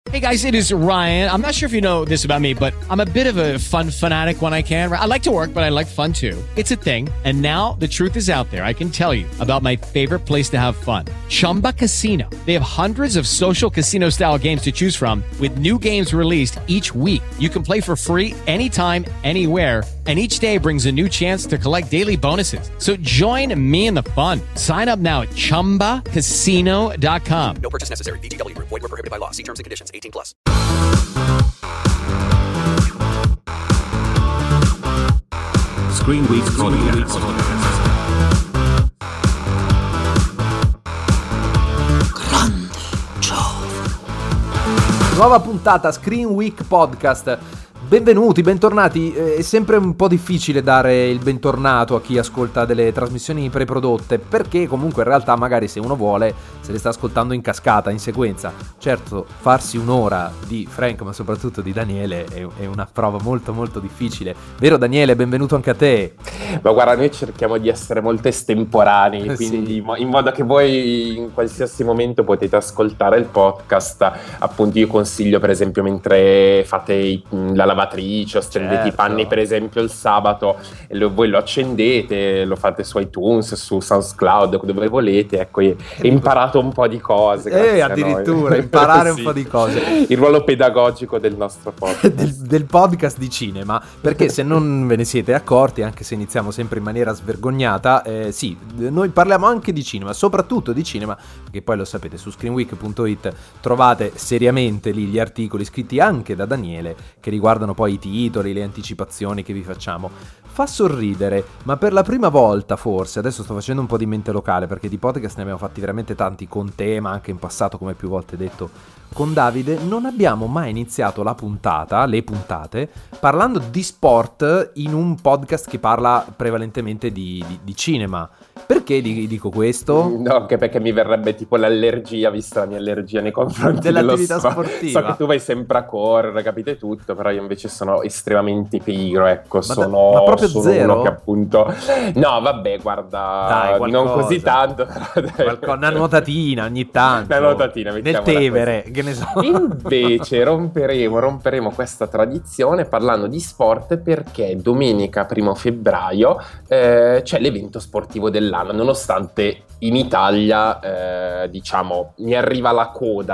Hey guys, it is Ryan. I'm not sure if you know this about me, but I'm a bit of a fun fanatic when I can. I like to work, but I like fun too. It's a thing. And now the truth is out there. I can tell you about my favorite place to have fun. Chumba Casino. They have hundreds of social casino style games to choose from with new games released each week. You can play for free anytime, anywhere. And each day brings a new chance to collect daily bonuses. So join me in the fun. Sign up now at ChumbaCasino.com. No purchase necessary. VGW. Void where prohibited by law. See terms and conditions. 18+. Screen Week Podcast. Grande ciao. Nuova puntata Screen Week Podcast. Benvenuti, bentornati. È sempre un po' difficile dare il bentornato a chi ascolta delle trasmissioni preprodotte, perché comunque in realtà magari se uno vuole se le sta ascoltando in cascata, in sequenza. Certo, farsi un'ora di Frank, ma soprattutto di Daniele, è una prova molto molto difficile. Vero Daniele? Benvenuto anche a te. Ma guarda, noi cerchiamo di essere molto estemporanei, quindi sì. in modo che voi in qualsiasi momento potete ascoltare il podcast. Appunto io consiglio, per esempio, mentre fate la lavatrice o stendete i panni, per esempio il sabato, e voi lo accendete, lo fate su iTunes, su SoundCloud, dove volete, ecco, e imparate un po' di cose. Addirittura imparare sì. un po' di cose. Il ruolo pedagogico del nostro podcast. del podcast di cinema, perché se non ve ne siete accorti, anche se iniziamo sempre in maniera svergognata, sì, noi parliamo anche di cinema, soprattutto di cinema, che poi lo sapete, su screenweek.it trovate seriamente lì gli articoli scritti anche da Daniele che riguardano poi i titoli, le anticipazioni che vi facciamo. Fa sorridere, ma per la prima volta forse, adesso sto facendo un po' di mente locale perché di podcast ne abbiamo fatti veramente tanti con te, ma anche in passato, come più volte detto, con Davide, non abbiamo mai iniziato le puntate, parlando di sport in un podcast che parla prevalentemente di cinema. Perché dico questo? No, anche perché mi verrebbe tipo l'allergia, vista la mia allergia nei confronti dell'attività dello sportiva. So che tu vai sempre a correre, capite tutto, però io invece sono estremamente pigro, ecco, ma sono proprio sono zero? uno che appunto... No, vabbè, guarda, Dai, non così tanto, però dai. Una nuotatina ogni tanto. Una nuotatina, nel mettiamola Tevere, così. che ne so. Invece romperemo questa tradizione parlando di sport, perché domenica 1 febbraio c'è l'evento sportivo dell'anno, nonostante in Italia diciamo mi arriva la coda,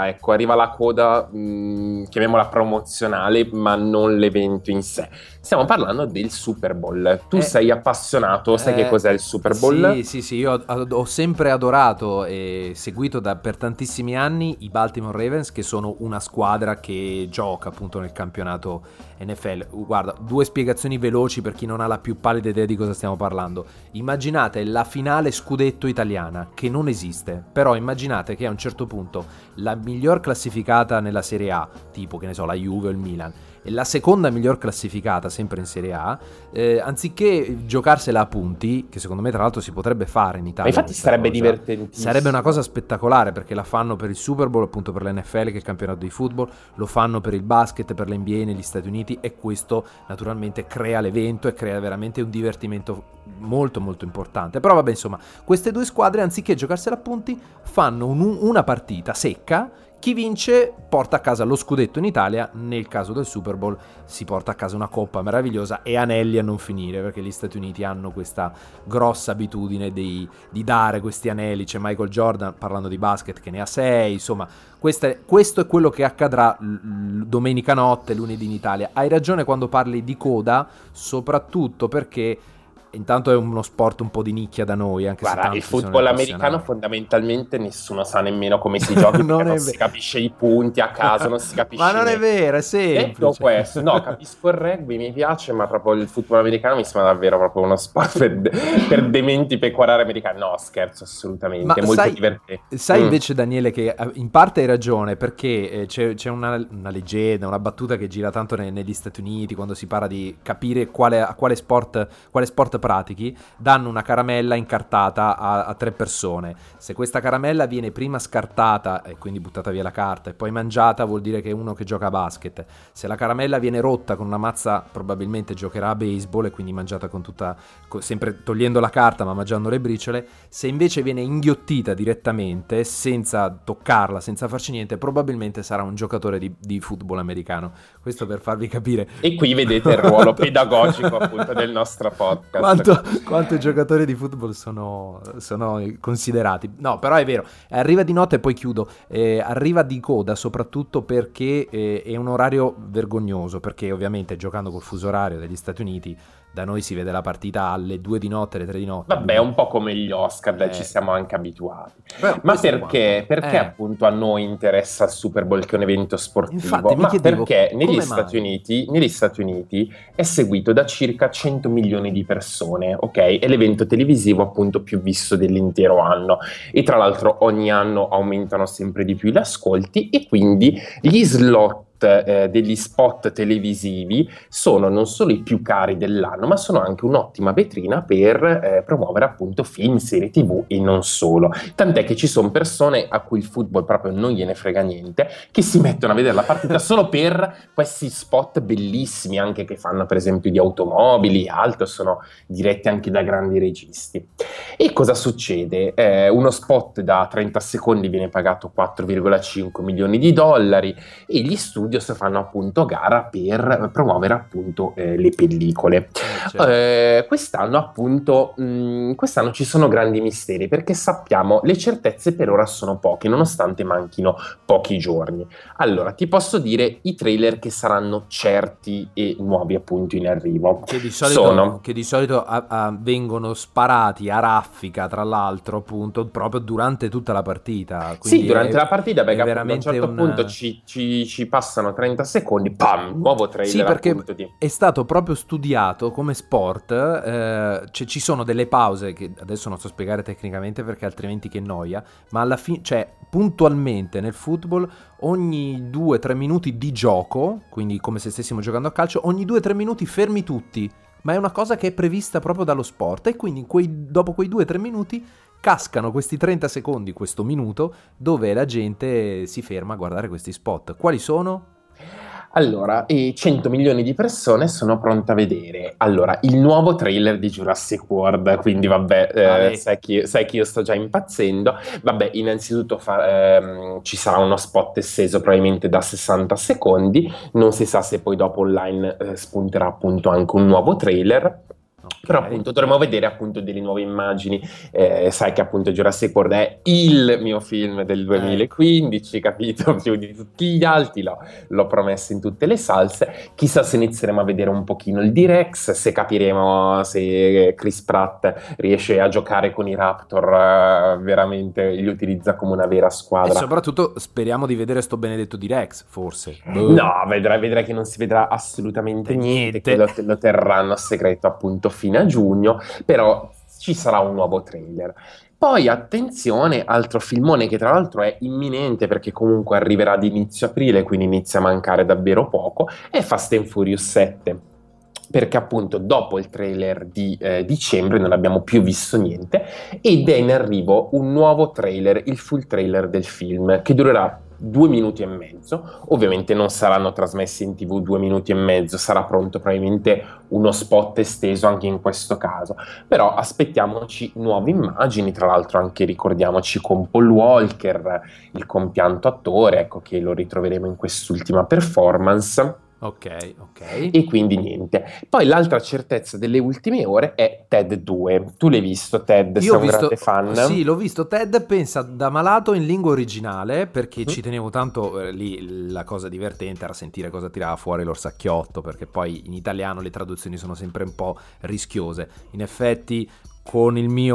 chiamiamola promozionale, ma non l'evento in sé. Stiamo parlando del Super Bowl. Tu sei appassionato, sai che cos'è il Super Bowl? Sì, io ho sempre adorato e seguito per tantissimi anni i Baltimore Ravens, che sono una squadra che gioca appunto nel campionato NFL. Guarda, 2 spiegazioni veloci per chi non ha la più pallida idea di cosa stiamo parlando. Immaginate la finale scudetto italiana, che non esiste, però immaginate che a un certo punto la miglior classificata nella Serie A, tipo che ne so la Juve o il Milan, e la seconda miglior classificata sempre in Serie A, anziché giocarsela a punti, che secondo me tra l'altro si potrebbe fare in Italia. Ma infatti sarebbe divertentissimo. Sarebbe una cosa spettacolare, perché la fanno per il Super Bowl, appunto per l'NFL, che è il campionato di football, lo fanno per il basket, per l'NBA negli Stati Uniti, e questo naturalmente crea l'evento e crea veramente un divertimento molto molto importante. Però vabbè, insomma, queste 2 squadre, anziché giocarsela a punti, fanno una partita secca. Chi vince porta a casa lo scudetto in Italia, nel caso del Super Bowl si porta a casa una coppa meravigliosa e anelli a non finire, perché gli Stati Uniti hanno questa grossa abitudine di dare questi anelli. C'è Michael Jordan, parlando di basket, che ne ha 6, insomma questo è quello che accadrà domenica notte, lunedì in Italia. Hai ragione quando parli di coda, soprattutto perché intanto è uno sport un po' di nicchia da noi, anche guarda, se il football americano fondamentalmente nessuno sa nemmeno come si gioca, non si capisce i punti a caso, non si capisce ma non è vero, è semplice. Detto questo, no, capisco il rugby, mi piace, ma proprio il football americano mi sembra davvero proprio uno sport per dementi peculiari americani. No, scherzo, assolutamente, è molto divertente. Sai invece, Daniele, che in parte hai ragione, perché c'è una leggenda, una battuta che gira tanto negli Stati Uniti quando si parla di capire a quale sport spot pratichi, danno una caramella incartata a 3 persone. Se questa caramella viene prima scartata e quindi buttata via la carta e poi mangiata, vuol dire che è uno che gioca a basket. Se la caramella viene rotta con una mazza, probabilmente giocherà a baseball e quindi mangiata con sempre togliendo la carta ma mangiando le briciole. Se invece viene inghiottita direttamente senza toccarla, senza farci niente, probabilmente sarà un giocatore di football americano. Questo per farvi capire. E qui vedete il ruolo pedagogico appunto del nostro podcast. Quanto i giocatori di football sono considerati. No, però è vero, arriva di notte e poi chiudo, arriva di coda soprattutto perché è un orario vergognoso, perché ovviamente giocando col fuso orario degli Stati Uniti, da noi si vede la partita alle 2 di notte, alle 3 di notte. Vabbè, è un po' come gli Oscar, ci siamo anche abituati. Però ma perché appunto a noi interessa il Super Bowl, che è un evento sportivo? Infatti, mi chiedevo, perché negli Stati Uniti è seguito da circa 100 milioni di persone, ok? È l'evento televisivo appunto più visto dell'intero anno, e tra l'altro ogni anno aumentano sempre di più gli ascolti, e quindi gli slot degli spot televisivi sono non solo i più cari dell'anno, ma sono anche un'ottima vetrina per promuovere appunto film, serie TV e non solo. Tant'è che ci sono persone a cui il football proprio non gliene frega niente, che si mettono a vedere la partita solo per questi spot bellissimi, anche che fanno per esempio di automobili e altro, sono diretti anche da grandi registi. E cosa succede? Uno spot da 30 secondi viene pagato 4,5 milioni di dollari, e gli studios fanno appunto gara per promuovere appunto le pellicole. Certo. Quest'anno ci sono grandi misteri, perché sappiamo, le certezze per ora sono poche, nonostante manchino pochi giorni. Allora, ti posso dire i trailer che saranno certi e nuovi appunto in arrivo. Che di solito vengono sparati a raffica, tra l'altro, appunto, proprio durante tutta la partita. Sì, durante la partita, perché appunto, a un veramente certo punto ci passano 30 secondi, pam, nuovo trailer. Sì, perché appunto è stato proprio studiato come sport, ci sono delle pause che adesso non so spiegare tecnicamente perché altrimenti che noia, ma alla fine, cioè puntualmente nel football ogni 2-3 minuti di gioco, quindi come se stessimo giocando a calcio, ogni 2-3 minuti fermi tutti, ma è una cosa che è prevista proprio dallo sport, e quindi dopo quei 2-3 minuti cascano questi 30 secondi, questo minuto, dove la gente si ferma a guardare questi spot. Quali sono? Allora, 100 milioni di persone sono pronte a vedere. Allora, il nuovo trailer di Jurassic World, quindi vabbè, sai che io sto già impazzendo. Vabbè, innanzitutto ci sarà uno spot esteso probabilmente da 60 secondi, non si sa se poi dopo online spunterà appunto anche un nuovo trailer. Okay. Però appunto dovremo vedere appunto delle nuove immagini, sai che appunto Jurassic World è il mio film del 2015, capito? Più di tutti gli altri, l'ho promesso in tutte le salse. Chissà se inizieremo a vedere un pochino il T-Rex, se capiremo se Chris Pratt riesce a giocare con i Raptor, veramente li utilizza come una vera squadra. E soprattutto speriamo di vedere sto benedetto T-Rex, forse. No, vedrai che non si vedrà assolutamente niente, che lo terranno a segreto appunto fino a giugno, però ci sarà un nuovo trailer. Poi attenzione, altro filmone che tra l'altro è imminente, perché comunque arriverà ad inizio aprile, quindi inizia a mancare davvero poco, è Fast and Furious 7. Perché appunto dopo il trailer di dicembre non abbiamo più visto niente, ed è in arrivo un nuovo trailer, il full trailer del film, che durerà 2 minuti e mezzo. Ovviamente non saranno trasmessi in TV 2 minuti e mezzo, sarà pronto probabilmente uno spot esteso anche in questo caso, però aspettiamoci nuove immagini, tra l'altro anche ricordiamoci con Paul Walker, il compianto attore, ecco, che lo ritroveremo in quest'ultima performance. Ok. E quindi niente. Poi l'altra certezza delle ultime ore è Ted 2. Tu l'hai visto, Ted? Sei un grande fan? Sì, l'ho visto. Ted, pensa, da malato in lingua originale, perché ci tenevo tanto, lì la cosa divertente era sentire cosa tirava fuori l'orsacchiotto, perché poi in italiano le traduzioni sono sempre un po' rischiose. In effetti con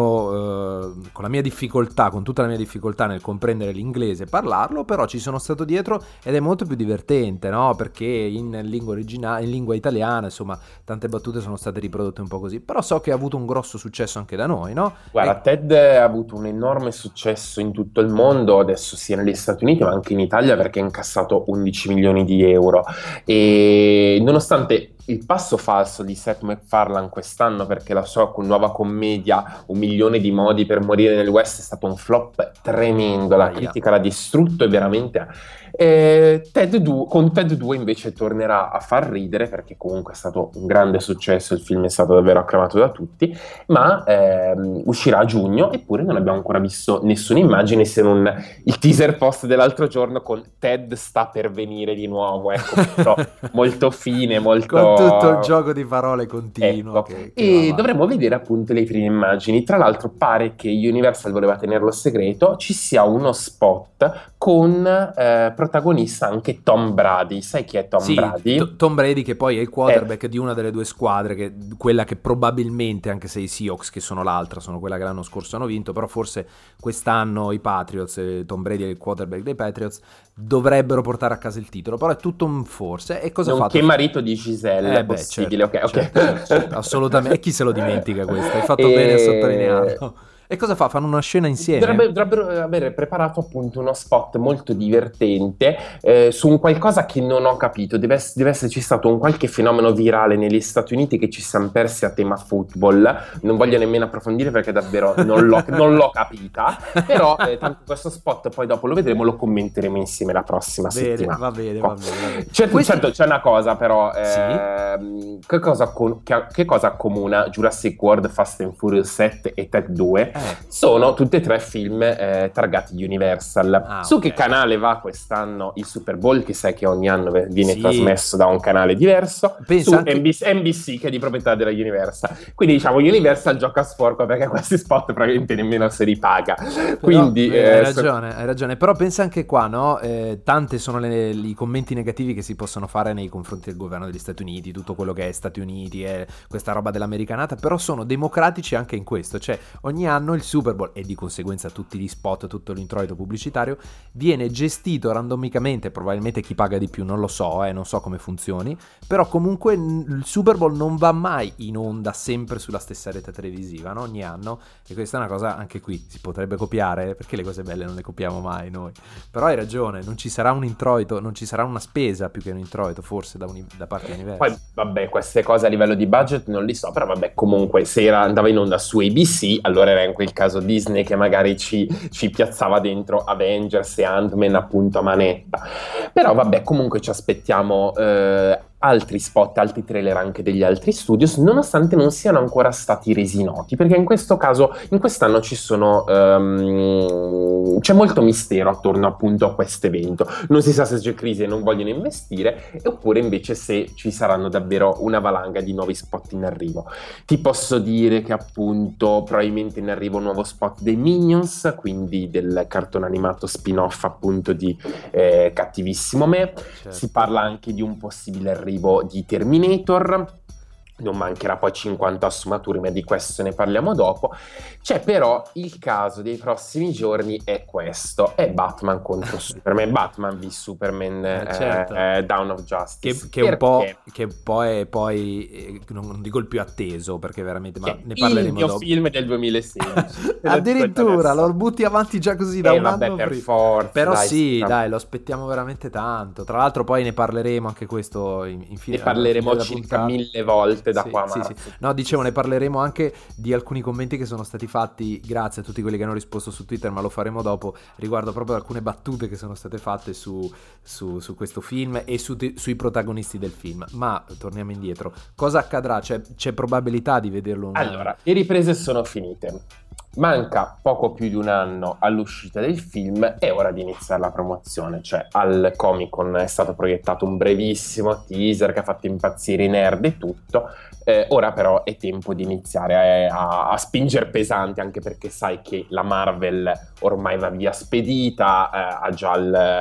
la mia difficoltà, con tutta la mia difficoltà nel comprendere l'inglese e parlarlo, però ci sono stato dietro ed è molto più divertente, no? Perché in lingua originale, in lingua italiana, insomma, tante battute sono state riprodotte un po' così, però so che ha avuto un grosso successo anche da noi, no? Guarda, Ted ha avuto un enorme successo in tutto il mondo, adesso sia negli Stati Uniti ma anche in Italia, perché ha incassato 11 milioni di euro, e nonostante il passo falso di Seth MacFarlane quest'anno, perché la sua nuova commedia Un milione di modi per morire nel West è stato un flop tremendo, la critica l'ha distrutto e veramente con Ted 2 invece tornerà a far ridere, perché comunque è stato un grande successo, il film è stato davvero acclamato da tutti, ma uscirà a giugno, eppure non abbiamo ancora visto nessuna immagine se non il teaser post dell'altro giorno con Ted sta per venire di nuovo, ecco, però molto fine, molto... Con tutto il gioco di parole continuo. Ecco. E dovremmo vedere appunto le prime immagini. Tra l'altro pare che Universal voleva tenerlo segreto, ci sia uno spot con protagonista anche Tom Brady. Sai chi è Tom Brady? Tom Brady, che poi è il quarterback di una delle due squadre, quella che probabilmente, anche se i Seahawks, che sono l'altra, sono quella che l'anno scorso hanno vinto, però forse quest'anno i Patriots, Tom Brady è il quarterback dei Patriots, dovrebbero portare a casa il titolo, però è tutto un forse. E cosa ha fatto? Che marito di Giselle è possibile, certo, certo, assolutamente. E chi se lo dimentica questo? Hai fatto bene a sottolinearlo. E cosa fa? Fanno una scena insieme? Dovrebbero aver preparato appunto uno spot molto divertente su un qualcosa che non ho capito. Deve esserci stato un qualche fenomeno virale negli Stati Uniti che ci siamo persi a tema football. Non voglio nemmeno approfondire perché davvero non l'ho capita. Però tanto questo spot poi dopo lo vedremo, lo commenteremo insieme la prossima settimana. Va bene. Certo, c'è una cosa però. Che cosa accomuna Jurassic World, Fast and Furious 7 e Ted 2? Sono tutti e tre film targati Universal. Su che canale va quest'anno il Super Bowl, che sai che ogni anno viene trasmesso da un canale diverso? Su NBC, che è di proprietà della Universal. Quindi diciamo Universal gioca sporco, perché questi spot probabilmente nemmeno se li paga. Quindi hai ragione. Però pensa anche qua, no? Tante sono i commenti negativi che si possono fare nei confronti del governo degli Stati Uniti, tutto quello che è Stati Uniti, questa roba dell'americanata, però sono democratici anche in questo, cioè ogni anno il Super Bowl, e di conseguenza tutti gli spot, tutto l'introito pubblicitario, viene gestito randomicamente, probabilmente chi paga di più non lo so, non so come funzioni, però comunque il Super Bowl non va mai in onda sempre sulla stessa rete televisiva, no? Ogni anno, e questa è una cosa anche qui si potrebbe copiare, perché le cose belle non le copiamo mai noi, però hai ragione, non ci sarà un introito, non ci sarà una spesa più che un introito forse da parte di Universal. Poi vabbè, queste cose a livello di budget non li so, però vabbè, comunque se andava in onda su ABC, allora era in quel caso Disney che magari ci piazzava dentro Avengers e Ant-Man appunto a manetta. Però vabbè, comunque ci aspettiamo altri spot, altri trailer anche degli altri studios, nonostante non siano ancora stati resi noti, perché in questo caso, in quest'anno c'è molto mistero attorno appunto a questo evento. Non si sa se c'è crisi e non vogliono investire, oppure invece se ci saranno davvero una valanga di nuovi spot in arrivo. Ti posso dire che appunto probabilmente in arrivo un nuovo spot dei Minions, quindi del cartone animato spin-off appunto di Cattivissimo Me. Certo. Si parla anche di un possibile arrivo di Terminator. Non mancherà poi 50 sfumature, ma di questo ne parliamo dopo. C'è però il caso dei prossimi giorni, è questo, è Batman contro Superman, Batman v Superman, certo. Dawn of Justice. Che un po' è poi, non dico il più atteso, perché veramente, ma ne parleremo dopo. Il mio film del 2016. Addirittura, lo butti avanti già così da un anno per prima. Forza, però dai, lo aspettiamo veramente tanto. Tra l'altro poi ne parleremo anche questo in fine. Ne parleremo circa 1000 volte da qua a marzo. Sì. No, dicevo, ne parleremo anche di alcuni commenti che sono stati fatti, grazie a tutti quelli che hanno risposto su Twitter, ma lo faremo dopo, riguardo proprio alcune battute che sono state fatte su questo film e sui protagonisti del film. Ma torniamo indietro, cosa accadrà? C'è probabilità di vederlo? Allora, le riprese sono finite, manca poco più di un anno all'uscita del film, è ora di iniziare la promozione. Cioè al Comic Con è stato proiettato un brevissimo teaser che ha fatto impazzire i nerd e tutto. Ora però è tempo di iniziare a spingere pesante, anche perché sai che la Marvel ormai va via spedita, ha già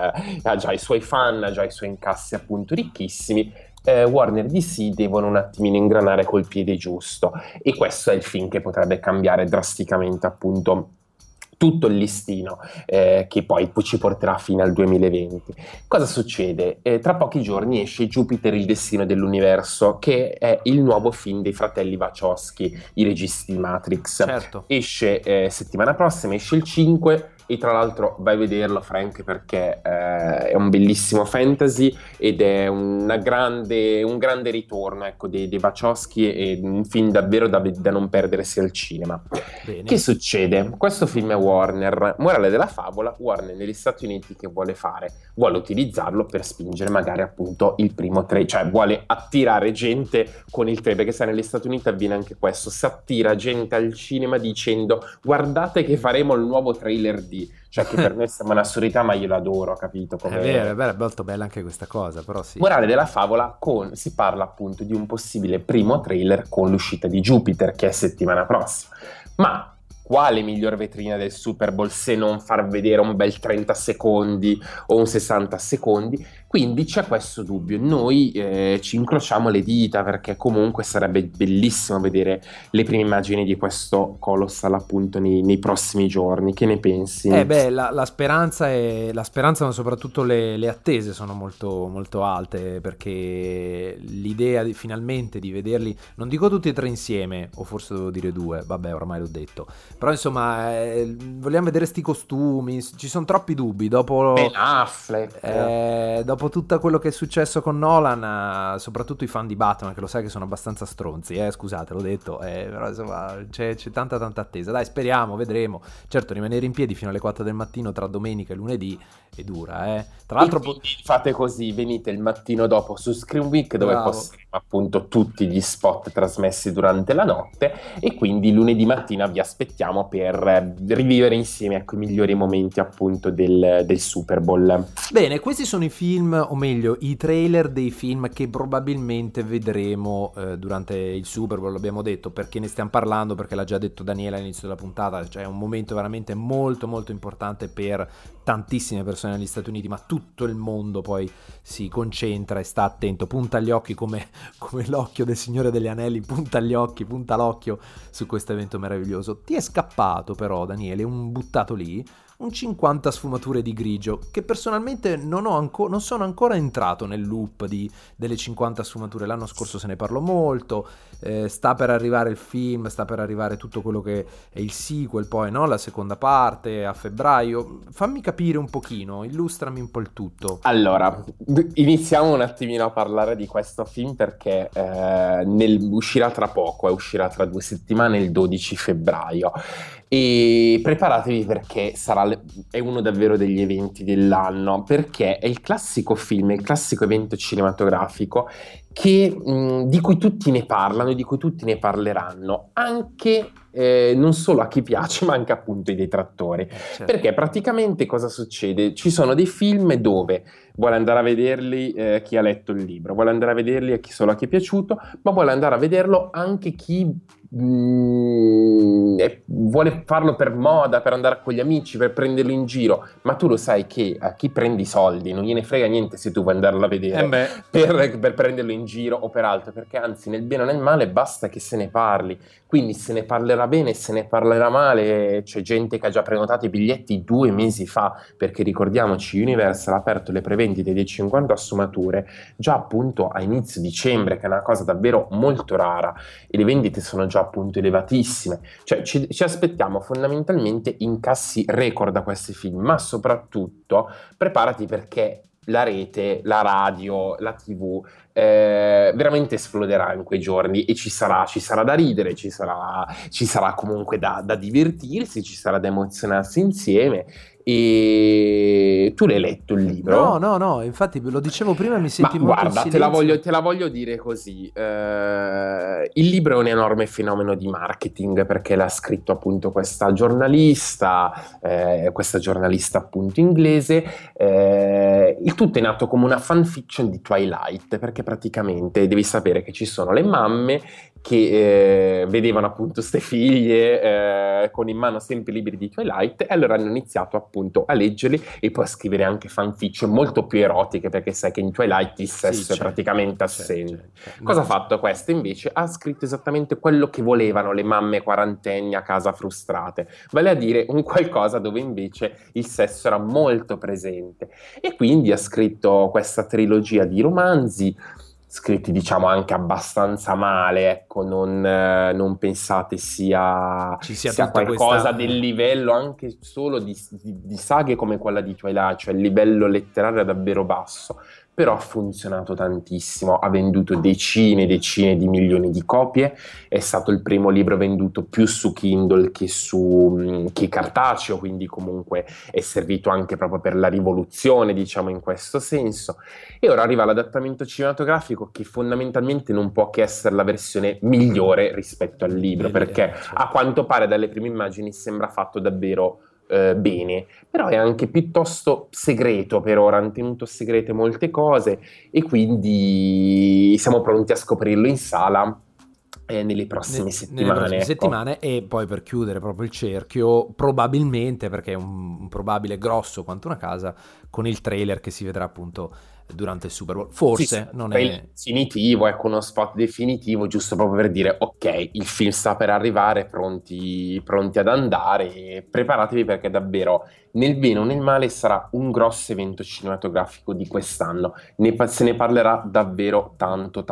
i suoi fan, ha già i suoi incassi appunto ricchissimi. Warner DC devono un attimino ingranare col piede giusto, e questo è il film che potrebbe cambiare drasticamente appunto tutto il listino, che poi ci porterà fino al 2020. Cosa succede? Tra pochi giorni esce Jupiter, il destino dell'universo, che è il nuovo film dei fratelli Wachowski, i registi di Matrix. Certo. Esce settimana prossima, esce il 5, e tra l'altro vai a vederlo, Frank, perché è un bellissimo fantasy ed è un grande ritorno, ecco, dei Wachowski, e un film davvero da non perdersi al cinema. Bene. Che succede? Questo film è Warner, morale della favola, Warner negli Stati Uniti che vuole fare? Vuole utilizzarlo per spingere magari appunto il primo trailer, cioè vuole attirare gente con il trailer, perché sai, negli Stati Uniti avviene anche questo, si attira gente al cinema dicendo guardate che faremo il nuovo trailer di, cioè che per me sembra un'assurdità, ma io l'adoro, capito? È vero, è molto bella anche questa cosa, però sì. Morale della favola, si parla appunto di un possibile primo trailer con l'uscita di Jupiter, che è settimana prossima. Ma quale miglior vetrina del Super Bowl se non far vedere un bel 30 secondi o un 60 secondi? Quindi c'è questo dubbio. Noi ci incrociamo le dita, perché comunque sarebbe bellissimo vedere le prime immagini di questo Colossal appunto nei prossimi giorni. Che ne pensi? La speranza ma soprattutto le attese sono molto, molto alte, perché l'idea finalmente di vederli, non dico tutti e tre insieme, o forse devo dire due, vabbè, ormai l'ho detto, però insomma vogliamo vedere sti costumi, ci sono troppi dubbi dopo Ben Affleck, dopo tutto quello che è successo con Nolan, soprattutto i fan di Batman, che lo sai che sono abbastanza stronzi, scusate, l'ho detto, però insomma c'è tanta attesa. Dai, speriamo, vedremo. Certo, rimanere in piedi fino alle 4 del mattino tra domenica e lunedì è dura, tra l'altro fate così, venite il mattino dopo su Screen Week, dove posteremo appunto tutti gli spot trasmessi durante la notte, e quindi lunedì mattina vi aspettiamo per rivivere insieme, ecco, i migliori momenti appunto del Super Bowl. Bene, questi sono i film, o meglio i trailer dei film che probabilmente vedremo durante il Super Bowl, l'abbiamo detto, perché ne stiamo parlando, perché l'ha già detto Daniela all'inizio della puntata, cioè è un momento veramente molto molto importante per tantissime persone negli Stati Uniti, ma tutto il mondo poi si concentra e sta attento, punta gli occhi come l'occhio del Signore degli Anelli, punta l'occhio su questo evento meraviglioso. Ti è scappato però, Daniele, un buttato lì, un 50 sfumature di grigio, che personalmente non sono ancora entrato nel loop delle 50 sfumature. L'anno scorso se ne parlò molto, sta per arrivare il film, sta per arrivare tutto quello che è il sequel, poi no, la seconda parte a febbraio. Fammi capire un pochino, illustrami un po' il tutto. Allora, iniziamo un attimino a parlare di questo film, perché uscirà tra poco, uscirà tra 2 settimane, il 12 febbraio. E preparatevi, perché è uno davvero degli eventi dell'anno, perché è il classico film, il classico evento cinematografico di cui tutti ne parlano e di cui tutti ne parleranno, anche non solo a chi piace, ma anche appunto ai detrattori. Certo. Perché praticamente cosa succede? Ci sono dei film dove vuole andare a vederli chi ha letto il libro, vuole andare a vederli solo a chi è piaciuto, ma vuole andare a vederlo anche chi vuole farlo per moda, per andare con gli amici, per prenderlo in giro. Ma tu lo sai che a chi prendi i soldi non gliene frega niente se tu vuoi andarlo a vedere per prenderlo in giro o per altro, perché anzi, nel bene o nel male basta che se ne parli. Quindi se ne parlerà bene, se ne parlerà male. C'è gente che ha già prenotato i biglietti 2 mesi fa, perché ricordiamoci, Universal ha aperto le prevendite dei 50 sfumature già appunto a inizio dicembre, che è una cosa davvero molto rara, e le vendite sono già appunto elevatissime. Cioè ci aspettiamo fondamentalmente incassi record da questi film, ma soprattutto preparati, perché la rete, la radio, la TV veramente esploderà in quei giorni, e ci sarà da ridere, ci sarà comunque da divertirsi, ci sarà da emozionarsi insieme. E tu l'hai letto il libro? No, infatti lo dicevo prima, mi senti molto guarda, in silenzio. te la voglio dire così. Il libro è un enorme fenomeno di marketing, perché l'ha scritto appunto questa giornalista appunto inglese. Il tutto è nato come una fanfiction di Twilight, perché praticamente devi sapere che ci sono le mamme che vedevano appunto ste figlie con in mano sempre i libri di Twilight, e allora hanno iniziato appunto a leggerli e poi a scrivere anche fanfiction molto più erotiche, perché sai che in Twilight il sesso è praticamente assente. Cosa ha fatto questa invece? Ha scritto esattamente quello che volevano le mamme quarantenni a casa frustrate, vale a dire un qualcosa dove invece il sesso era molto presente, e quindi ha scritto questa trilogia di romanzi scritti diciamo anche abbastanza male, ecco, non pensate sia qualcosa del livello anche solo di saghe come quella di Twilight, cioè il livello letterario è davvero basso, però ha funzionato tantissimo, ha venduto decine e decine di milioni di copie, è stato il primo libro venduto più su Kindle che cartaceo, quindi comunque è servito anche proprio per la rivoluzione, diciamo, in questo senso. E ora arriva l'adattamento cinematografico, che fondamentalmente non può che essere la versione migliore rispetto al libro, perché a quanto pare dalle prime immagini sembra fatto davvero bene, però è anche piuttosto segreto per ora, hanno tenuto segrete molte cose e quindi siamo pronti a scoprirlo in sala nelle prossime settimane. E poi, per chiudere proprio il cerchio, probabilmente, perché è un probabile grosso quanto una casa, con il trailer che si vedrà appunto durante il Super Bowl, forse non è definitivo, ecco, uno spot definitivo, giusto proprio per dire ok, il film sta per arrivare, pronti ad andare, e preparatevi perché davvero, nel bene o nel male, sarà un grosso evento cinematografico di quest'anno, se ne parlerà davvero tanto.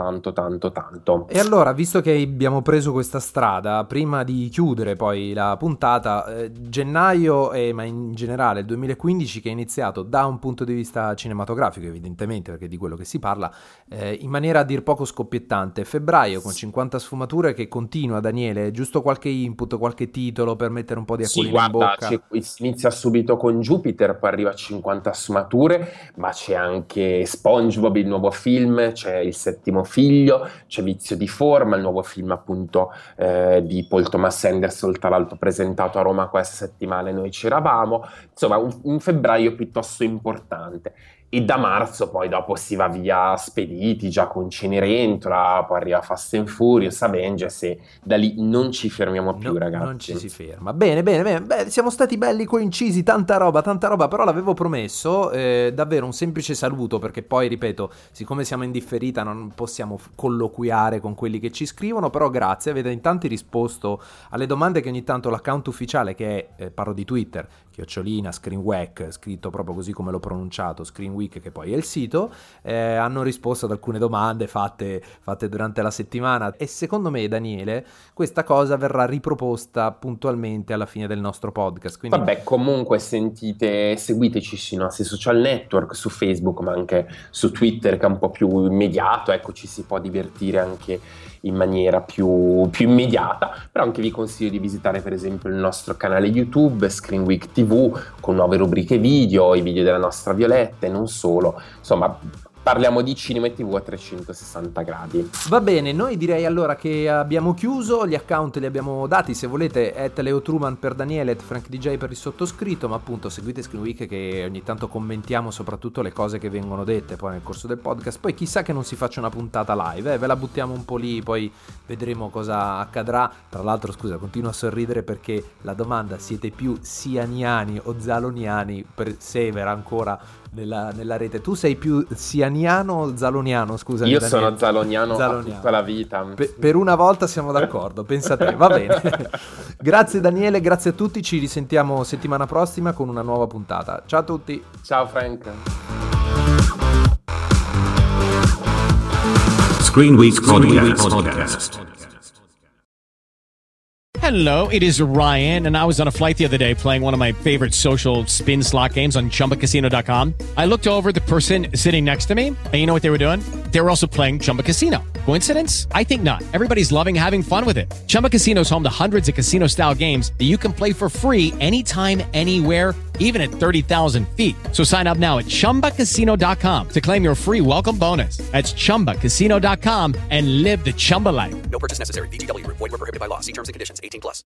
E allora, visto che abbiamo preso questa strada, prima di chiudere poi la puntata, gennaio ma in generale il 2015, che è iniziato da un punto di vista cinematografico, evidentemente, perché di quello che si parla, in maniera a dir poco scoppiettante. Febbraio con 50 sfumature che continua. Daniele, giusto qualche input, qualche titolo per mettere un po' di acquolina in bocca? Inizia subito con Jupiter, poi arriva a 50 sfumature, ma c'è anche SpongeBob, il nuovo film, c'è Il settimo figlio, c'è Vizio di forma, il nuovo film appunto di Paul Thomas Anderson, tra l'altro presentato a Roma questa settimana e noi c'eravamo. Insomma, un febbraio piuttosto importante. E da marzo poi dopo si va via spediti, già con Cenerentola, poi arriva Fast and Furious, Avengers, e da lì non ci fermiamo più, ragazzi. Non ci si ferma. Bene. Beh, siamo stati belli coincisi, tanta roba, però l'avevo promesso, davvero un semplice saluto, perché poi, ripeto, siccome siamo in differita non possiamo colloquiare con quelli che ci scrivono, però grazie, avete in tanti risposto alle domande che ogni tanto l'account ufficiale, che è, parlo di Twitter, @ScreenWeek, scritto proprio così come l'ho pronunciato, ScreenWeek, che poi è il sito, hanno risposto ad alcune domande fatte durante la settimana, e secondo me, Daniele, questa cosa verrà riproposta puntualmente alla fine del nostro podcast. Quindi... Vabbè, comunque seguiteci sui nostri social network, su Facebook ma anche su Twitter, che è un po' più immediato, ecco, ci si può divertire anche in maniera più immediata, però anche vi consiglio di visitare per esempio il nostro canale YouTube ScreenWeek TV, con nuove rubriche video, i video della nostra Violetta e non solo, insomma parliamo di cinema e TV a 360 gradi. Va bene, noi direi allora che abbiamo chiuso, gli account li abbiamo dati, se volete @LeoTruman per Daniele, @FrankDJ per il sottoscritto, ma appunto seguite ScreenWeek, che ogni tanto commentiamo soprattutto le cose che vengono dette poi nel corso del podcast. Poi chissà che non si faccia una puntata live, ve la buttiamo un po' lì, poi vedremo cosa accadrà. Tra l'altro, scusa, continuo a sorridere perché la domanda, siete più sianiani o zaloniani, persevera ancora nella rete. Tu sei più sianiano o zaloniano? Scusa, io Daniele. Sono zaloniano tutta la vita. Per una volta siamo d'accordo, pensa a te. Va bene. Grazie Daniele, grazie a tutti, ci risentiamo settimana prossima con una nuova puntata. Ciao a tutti. Ciao Frank. ScreenWeek Podcast. Hello, it is Ryan, and I was on a flight the other day playing one of my favorite social spin slot games on ChumbaCasino.com. I looked over at the person sitting next to me, and you know what they were doing? They were also playing Chumba Casino. Coincidence? I think not. Everybody's loving having fun with it. Chumba Casino is home to hundreds of casino-style games that you can play for free anytime, anywhere, even at 30,000 feet. So sign up now at ChumbaCasino.com to claim your free welcome bonus. That's ChumbaCasino.com and live the Chumba life. No purchase necessary. VGW. Void where prohibited by law. See terms and conditions. 18+.